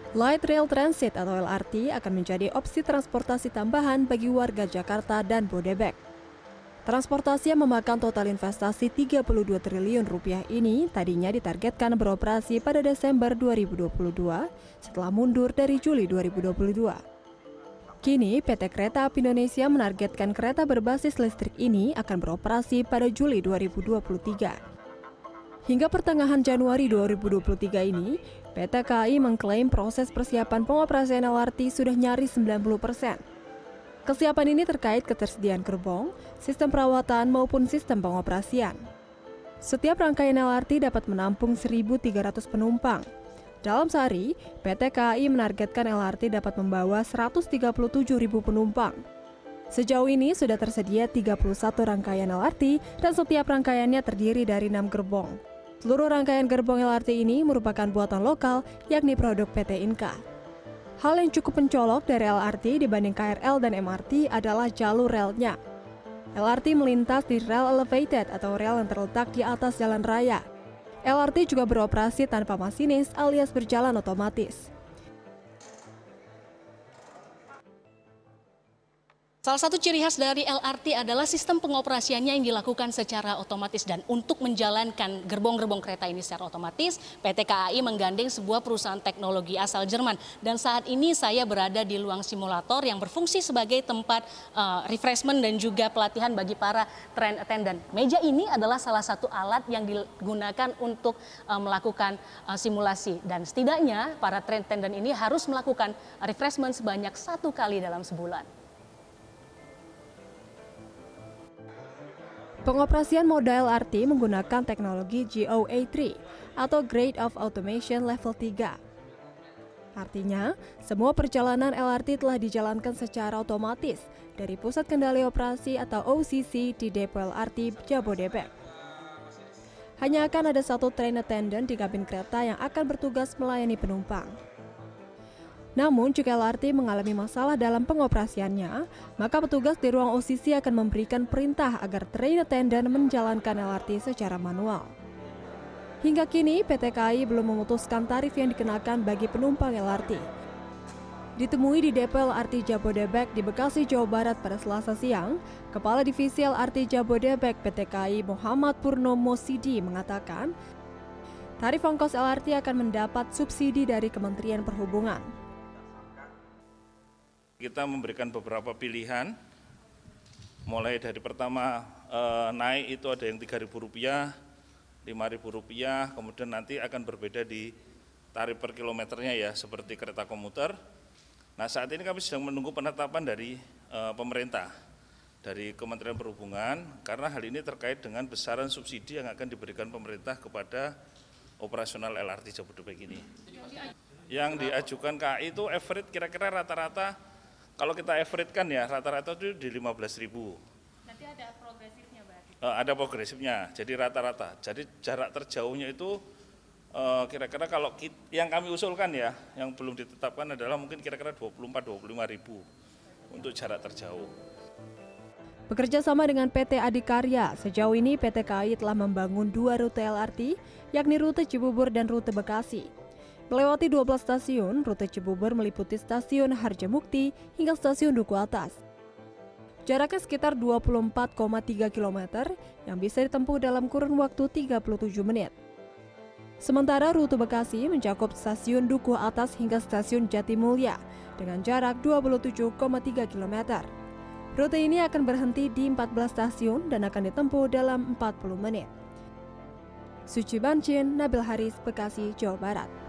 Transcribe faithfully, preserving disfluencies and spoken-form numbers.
Light Rail Transit atau L R T akan menjadi opsi transportasi tambahan bagi warga Jakarta dan Bodebek. Transportasi yang memakan total investasi tiga puluh dua triliun rupiah ini tadinya ditargetkan beroperasi pada Desember dua ribu dua puluh dua setelah mundur dari Juli dua ribu dua puluh dua. Kini, P T Kereta Api Indonesia menargetkan kereta berbasis listrik ini akan beroperasi pada Juli dua ribu dua puluh tiga. Hingga pertengahan Januari dua ribu dua puluh tiga ini, P T K A I mengklaim proses persiapan pengoperasian L R T sudah nyaris sembilan puluh persen. Kesiapan ini terkait ketersediaan gerbong, sistem perawatan maupun sistem pengoperasian. Setiap rangkaian L R T dapat menampung seribu tiga ratus penumpang. Dalam sehari, P T K A I menargetkan L R T dapat membawa seratus tiga puluh tujuh ribu penumpang. Sejauh ini sudah tersedia tiga puluh satu rangkaian L R T dan setiap rangkaiannya terdiri dari enam gerbong. Seluruh rangkaian gerbong L R T ini merupakan buatan lokal, yakni produk P T Inka. Hal yang cukup mencolok dari L R T dibanding K R L dan M R T adalah jalur relnya. L R T melintas di rel elevated atau rel yang terletak di atas jalan raya. L R T juga beroperasi tanpa masinis alias berjalan otomatis. Salah satu ciri khas dari L R T adalah sistem pengoperasiannya yang dilakukan secara otomatis, dan untuk menjalankan gerbong-gerbong kereta ini secara otomatis, P T K A I menggandeng sebuah perusahaan teknologi asal Jerman. Dan saat ini saya berada di ruang simulator yang berfungsi sebagai tempat uh, refreshment dan juga pelatihan bagi para train attendant. Meja ini adalah salah satu alat yang digunakan untuk uh, melakukan uh, simulasi, dan setidaknya para train attendant ini harus melakukan refreshment sebanyak satu kali dalam sebulan. Pengoperasian moda L R T menggunakan teknologi G O A tiga atau Grade of Automation Level tiga. Artinya, semua perjalanan L R T telah dijalankan secara otomatis dari Pusat Kendali Operasi atau O C C di depo L R T Jabodebek. Hanya akan ada satu train attendant di kabin kereta yang akan bertugas melayani penumpang. Namun, jika L R T mengalami masalah dalam pengoperasiannya, maka petugas di ruang O C C akan memberikan perintah agar train attendant menjalankan L R T secara manual. Hingga kini, P T K A I belum memutuskan tarif yang dikenakan bagi penumpang L R T. Ditemui di depo L R T Jabodebek di Bekasi, Jawa Barat pada Selasa siang, Kepala Divisi L R T Jabodebek P T K A I Muhammad Purnomo Sidi mengatakan, tarif ongkos L R T akan mendapat subsidi dari Kementerian Perhubungan. Kita memberikan beberapa pilihan, mulai dari pertama eh, naik itu ada yang tiga ribu rupiah, lima ribu rupiah, kemudian nanti akan berbeda di tarif per kilometernya ya, seperti kereta komuter. Nah, saat ini kami sedang menunggu penetapan dari eh, pemerintah, dari Kementerian Perhubungan, karena hal ini terkait dengan besaran subsidi yang akan diberikan pemerintah kepada operasional L R T Jabodebek ini. Yang diajukan K A I itu average kira-kira rata-rata, kalau kita average kan ya, rata-rata itu di lima belas ribu. Nanti ada progresifnya, berarti? Uh, ada progresifnya, jadi rata-rata. Jadi jarak terjauhnya itu kira-kira uh, kalau kita, yang kami usulkan ya, yang belum ditetapkan adalah mungkin kira-kira dua puluh empat sampai dua puluh lima ribu untuk jarak terjauh. Bekerja sama dengan P T Adikarya, sejauh ini P T K A I telah membangun dua rute L R T, yakni rute Cibubur dan rute Bekasi. Melewati dua belas stasiun, rute Cibubur meliputi stasiun Harjamukti hingga stasiun Duku Atas. Jaraknya sekitar dua puluh empat koma tiga kilometer yang bisa ditempuh dalam kurun waktu tiga puluh tujuh menit. Sementara rute Bekasi mencakup stasiun Duku Atas hingga stasiun Jatimulya dengan jarak dua puluh tujuh koma tiga kilometer. Rute ini akan berhenti di empat belas stasiun dan akan ditempuh dalam empat puluh menit. Suci Bancin, Nabil Haris, Bekasi, Jawa Barat.